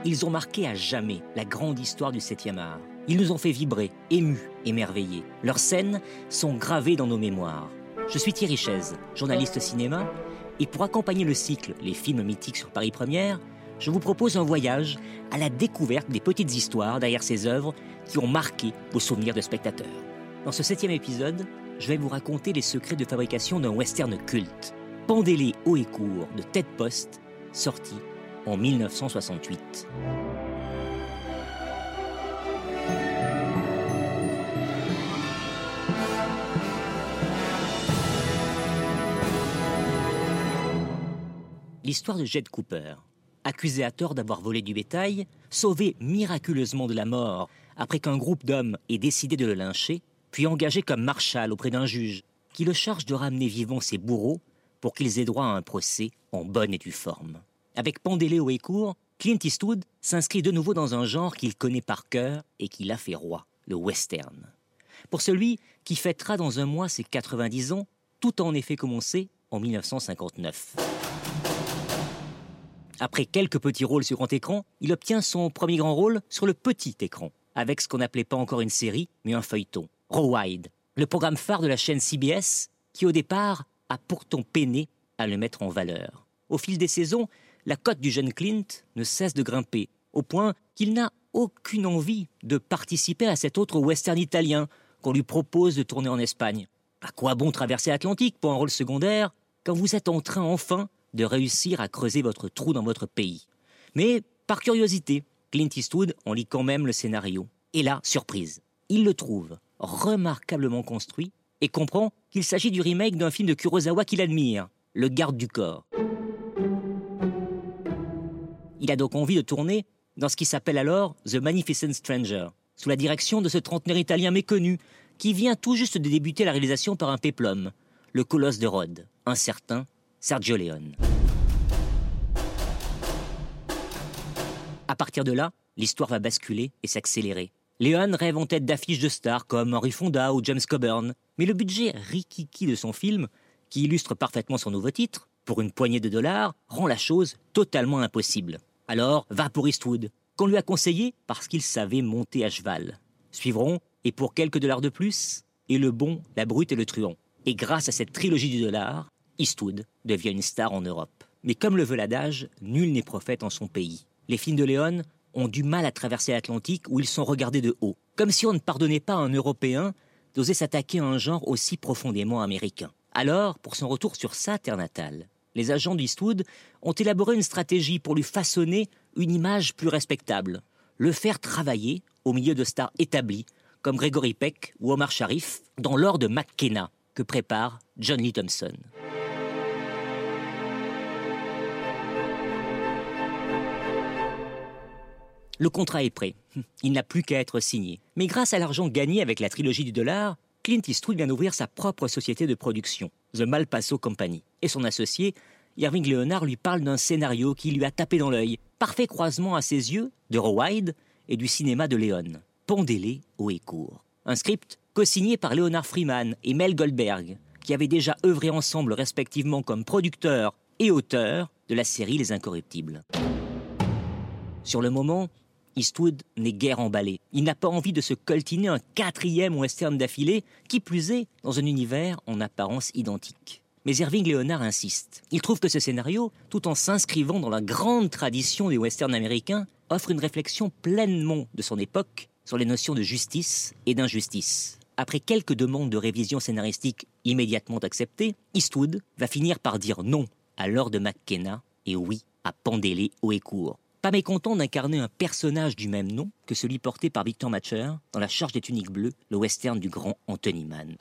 Ils ont marqué à jamais la grande histoire du 7e art. Ils nous ont fait vibrer, émus, émerveillés. Leurs scènes sont gravées dans nos mémoires. Je suis Thierry Chaise, journaliste cinéma, et pour accompagner le cycle Les films mythiques sur Paris Première, je vous propose un voyage à la découverte des petites histoires derrière ces œuvres qui ont marqué vos souvenirs de spectateurs. Dans ce 7e épisode, je vais vous raconter les secrets de fabrication d'un western culte, Pendez-les haut et court de Ted Post, sorti en 1968. L'histoire de Jed Cooper, accusé à tort d'avoir volé du bétail, sauvé miraculeusement de la mort après qu'un groupe d'hommes ait décidé de le lyncher, puis engagé comme marshal auprès d'un juge qui le charge de ramener vivants ses bourreaux pour qu'ils aient droit à un procès en bonne et due forme. Avec Pendez-les haut et court, Clint Eastwood s'inscrit de nouveau dans un genre qu'il connaît par cœur et qui l'a fait roi, le western. Pour celui qui fêtera dans un mois ses 90 ans, tout a en effet commencé en 1959. Après quelques petits rôles sur grand écran, il obtient son premier grand rôle sur le petit écran, avec ce qu'on n'appelait pas encore une série, mais un feuilleton, Rawhide, le programme phare de la chaîne CBS, qui au départ a pourtant peiné à le mettre en valeur. Au fil des saisons, la cote du jeune Clint ne cesse de grimper, au point qu'il n'a aucune envie de participer à cet autre western italien qu'on lui propose de tourner en Espagne. À quoi bon traverser l'Atlantique pour un rôle secondaire quand vous êtes en train enfin de réussir à creuser votre trou dans votre pays? Mais par curiosité, Clint Eastwood en lit quand même le scénario. Et là, surprise, il le trouve remarquablement construit et comprend qu'il s'agit du remake d'un film de Kurosawa qu'il admire, Le Garde du corps. Il a donc envie de tourner dans ce qui s'appelle alors The Magnificent Stranger, sous la direction de ce trentenaire italien méconnu qui vient tout juste de débuter la réalisation par un péplum, le colosse de Rhodes, un certain Sergio Leone. À partir de là, l'histoire va basculer et s'accélérer. Leone rêve en tête d'affiches de stars comme Henry Fonda ou James Coburn, mais le budget rikiki de son film, qui illustre parfaitement son nouveau titre, pour une poignée de dollars, rend la chose totalement impossible. Alors, va pour Eastwood, qu'on lui a conseillé parce qu'il savait monter à cheval. Suivront, et pour quelques dollars de plus, et le bon, la brute et le truand. Et grâce à cette trilogie du dollar, Eastwood devient une star en Europe. Mais comme le veut l'adage, nul n'est prophète en son pays. Les films de Leone ont du mal à traverser l'Atlantique où ils sont regardés de haut. Comme si on ne pardonnait pas à un Européen d'oser s'attaquer à un genre aussi profondément américain. Alors, pour son retour sur sa terre natale, les agents d'Eastwood ont élaboré une stratégie pour lui façonner une image plus respectable. Le faire travailler au milieu de stars établies comme Gregory Peck ou Omar Sharif dans l'ordre de McKenna que prépare John Lee Thompson. Le contrat est prêt. Il n'a plus qu'à être signé. Mais grâce à l'argent gagné avec la trilogie du dollar, Clint Eastwood vient d'ouvrir sa propre société de production, The Malpaso Company. Et son associé, Irving Leonard, lui parle d'un scénario qui lui a tapé dans l'œil. Parfait croisement à ses yeux de Rawhide et du cinéma de Leone. Pendez-les haut et court. Un script co-signé par Leonard Freeman et Mel Goldberg, qui avaient déjà œuvré ensemble respectivement comme producteurs et auteurs de la série Les Incorruptibles. Sur le moment, Eastwood n'est guère emballé. Il n'a pas envie de se coltiner un 4e western d'affilée, qui plus est dans un univers en apparence identique. Mais Irving Leonard insiste. Il trouve que ce scénario, tout en s'inscrivant dans la grande tradition des westerns américains, offre une réflexion pleinement de son époque sur les notions de justice et d'injustice. Après quelques demandes de révision scénaristique immédiatement acceptées, Eastwood va finir par dire non à Lord McKenna et oui à Pendez-les haut et court. Pas mécontent d'incarner un personnage du même nom que celui porté par Victor Matcher dans La Charge des Tuniques Bleues, le western du grand Anthony Mann.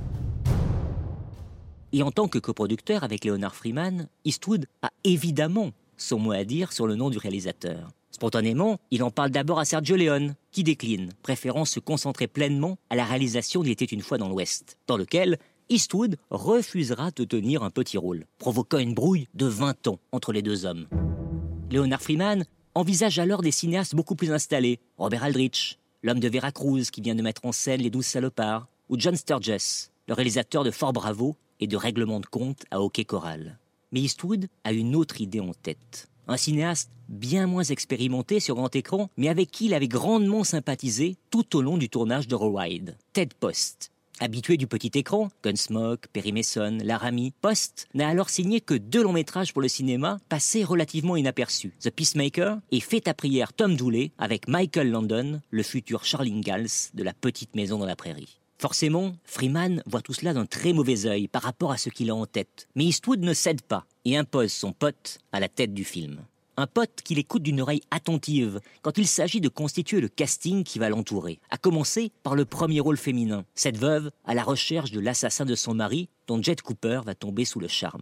Et en tant que coproducteur avec Leonard Freeman, Eastwood a évidemment son mot à dire sur le nom du réalisateur. Spontanément, il en parle d'abord à Sergio Leone, qui décline, préférant se concentrer pleinement à la réalisation d'Il était une fois dans l'Ouest, dans lequel Eastwood refusera de tenir un petit rôle, provoquant une brouille de 20 ans entre les deux hommes. Leonard Freeman envisage alors des cinéastes beaucoup plus installés, Robert Aldrich, l'homme de Veracruz qui vient de mettre en scène Les 12 salopards, ou John Sturges, le réalisateur de Fort Bravo et de Règlement de compte à Hockey Choral. Mais Eastwood a une autre idée en tête. un cinéaste bien moins expérimenté sur grand écran, mais avec qui il avait grandement sympathisé tout au long du tournage de Raw Ride, Ted Post. Habitué du petit écran, Gunsmoke, Perry Mason, Laramie, Post n'a alors signé que 2 longs métrages pour le cinéma, passés relativement inaperçus, The Peacemaker et Fête à prière Tom Dooley avec Michael Landon, le futur Charles Ingalls de La petite maison dans la prairie. Forcément, Freeman voit tout cela d'un très mauvais œil par rapport à ce qu'il a en tête. Mais Eastwood ne cède pas et impose son pote à la tête du film. Un pote qu'il écoute d'une oreille attentive quand il s'agit de constituer le casting qui va l'entourer. À commencer par le premier rôle féminin, cette veuve à la recherche de l'assassin de son mari, dont Jed Cooper va tomber sous le charme.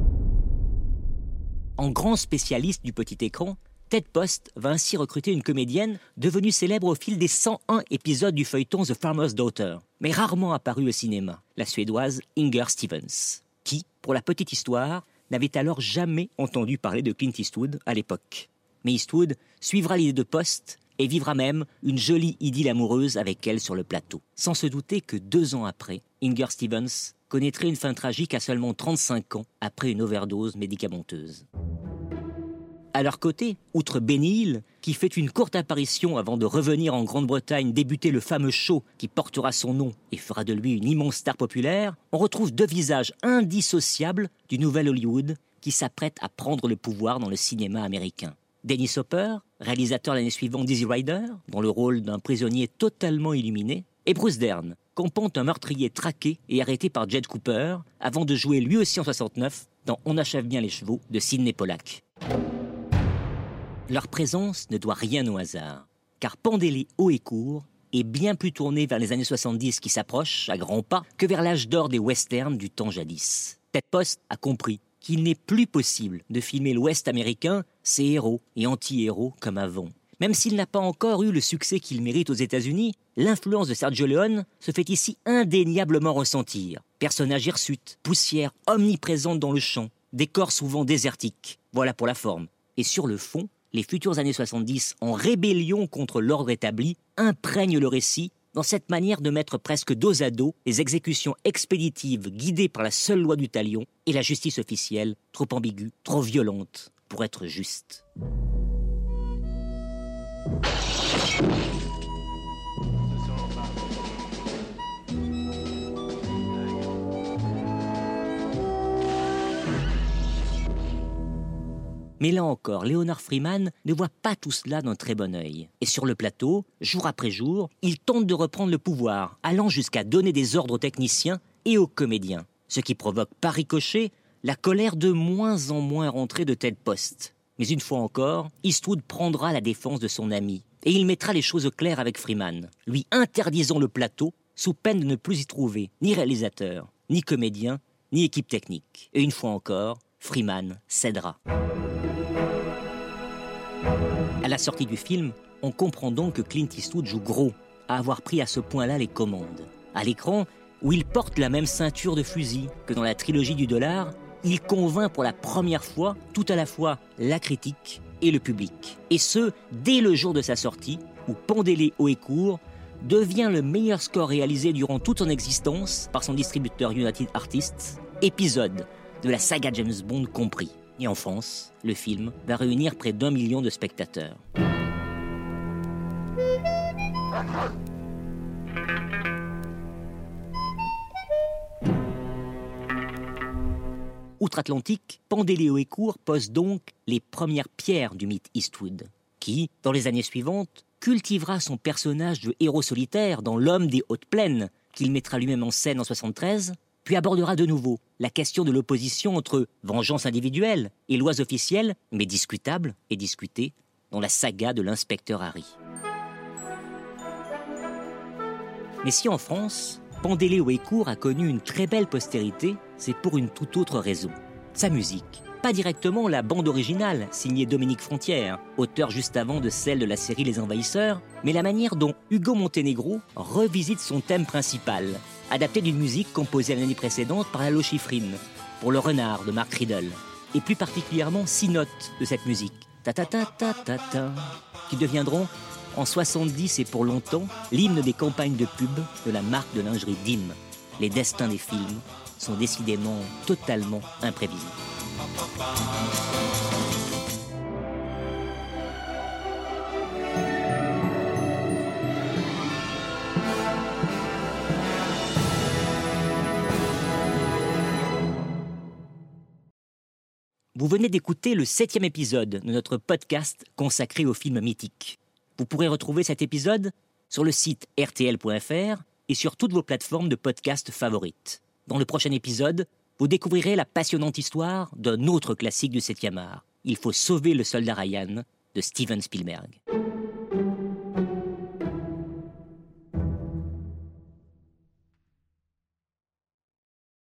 En grand spécialiste du petit écran, Ted Post va ainsi recruter une comédienne devenue célèbre au fil des 101 épisodes du feuilleton The Farmer's Daughter, mais rarement apparue au cinéma, la Suédoise Inger Stevens, qui, pour la petite histoire, n'avait alors jamais entendu parler de Clint Eastwood à l'époque. Mais Eastwood suivra l'idée de Post et vivra même une jolie idylle amoureuse avec elle sur le plateau, sans se douter que 2 ans après, Inger Stevens connaîtrait une fin tragique à seulement 35 ans après une overdose médicamenteuse. À leur côté, outre Benny Hill, qui fait une courte apparition avant de revenir en Grande-Bretagne débuter le fameux show qui portera son nom et fera de lui une immense star populaire, on retrouve 2 visages indissociables du nouvel Hollywood qui s'apprête à prendre le pouvoir dans le cinéma américain. Dennis Hopper, réalisateur l'année suivante d'Easy Rider, dans le rôle d'un prisonnier totalement illuminé, et Bruce Dern, campant un meurtrier traqué et arrêté par Jed Cooper, avant de jouer lui aussi en 69 dans On achève bien les chevaux de Sidney Pollack. Leur présence ne doit rien au hasard, car Pendez-les haut et court est bien plus tourné vers les années 70 qui s'approchent à grands pas que vers l'âge d'or des westerns du temps jadis. Ted Post a compris qu'il n'est plus possible de filmer l'Ouest américain, ses héros et anti-héros comme avant. Même s'il n'a pas encore eu le succès qu'il mérite aux États-Unis, l'influence de Sergio Leone se fait ici indéniablement ressentir. Personnage hirsute, poussière omniprésente dans le champ, décor souvent désertique. Voilà pour la forme. Et sur le fond, les futures années 70, en rébellion contre l'ordre établi, imprègnent le récit dans cette manière de mettre presque dos à dos les exécutions expéditives guidées par la seule loi du talion et la justice officielle, trop ambiguë, trop violente pour être juste. Mais là encore, Leonard Freeman ne voit pas tout cela d'un très bon œil. Et sur le plateau, jour après jour, il tente de reprendre le pouvoir, allant jusqu'à donner des ordres aux techniciens et aux comédiens. Ce qui provoque par ricochet la colère de moins en moins rentrée de Ted Post. Mais une fois encore, Eastwood prendra la défense de son ami. Et il mettra les choses au clair avec Freeman, lui interdisant le plateau sous peine de ne plus y trouver ni réalisateur, ni comédien, ni équipe technique. Et une fois encore, Freeman cédera. À la sortie du film, on comprend donc que Clint Eastwood joue gros, à avoir pris à ce point-là les commandes. À l'écran, où il porte la même ceinture de fusil que dans la trilogie du dollar, il convainc pour la première fois tout à la fois la critique et le public. Et ce, dès le jour de sa sortie, où Pendez-les haut et court devient le meilleur score réalisé durant toute son existence par son distributeur United Artists, épisode de la saga James Bond compris. Et en France, le film va réunir près d'1 million de spectateurs. Outre-Atlantique, Pendez-les haut et court pose donc les premières pierres du mythe Eastwood, qui, dans les années suivantes, cultivera son personnage de héros solitaire dans L'homme des hautes plaines, qu'il mettra lui-même en scène en 1973, puis abordera de nouveau la question de l'opposition entre vengeance individuelle et lois officielles, mais discutables et discutées, dans la saga de l'inspecteur Harry. Mais si en France, Pendez-les haut et court a connu une très belle postérité, c'est pour une toute autre raison. Sa musique. Pas directement la bande originale, signée Dominique Frontière, auteur juste avant de celle de la série Les Envahisseurs, mais la manière dont Hugo Montenegro revisite son thème principal, adapté d'une musique composée l'année précédente par Lalo Schifrin, pour Le Renard de Mark Riddle, et plus particulièrement 6 notes de cette musique, ta-ta-ta-ta-ta-ta, qui deviendront, en 70 et pour longtemps, l'hymne des campagnes de pub de la marque de lingerie Dim. Les destins des films sont décidément totalement imprévisibles. Vous venez d'écouter le 7e épisode de notre podcast consacré aux films mythiques. Vous pourrez retrouver cet épisode sur le site rtl.fr et sur toutes vos plateformes de podcast favorites. Dans le prochain épisode, vous découvrirez la passionnante histoire d'un autre classique du 7e art. Il faut sauver le soldat Ryan de Steven Spielberg.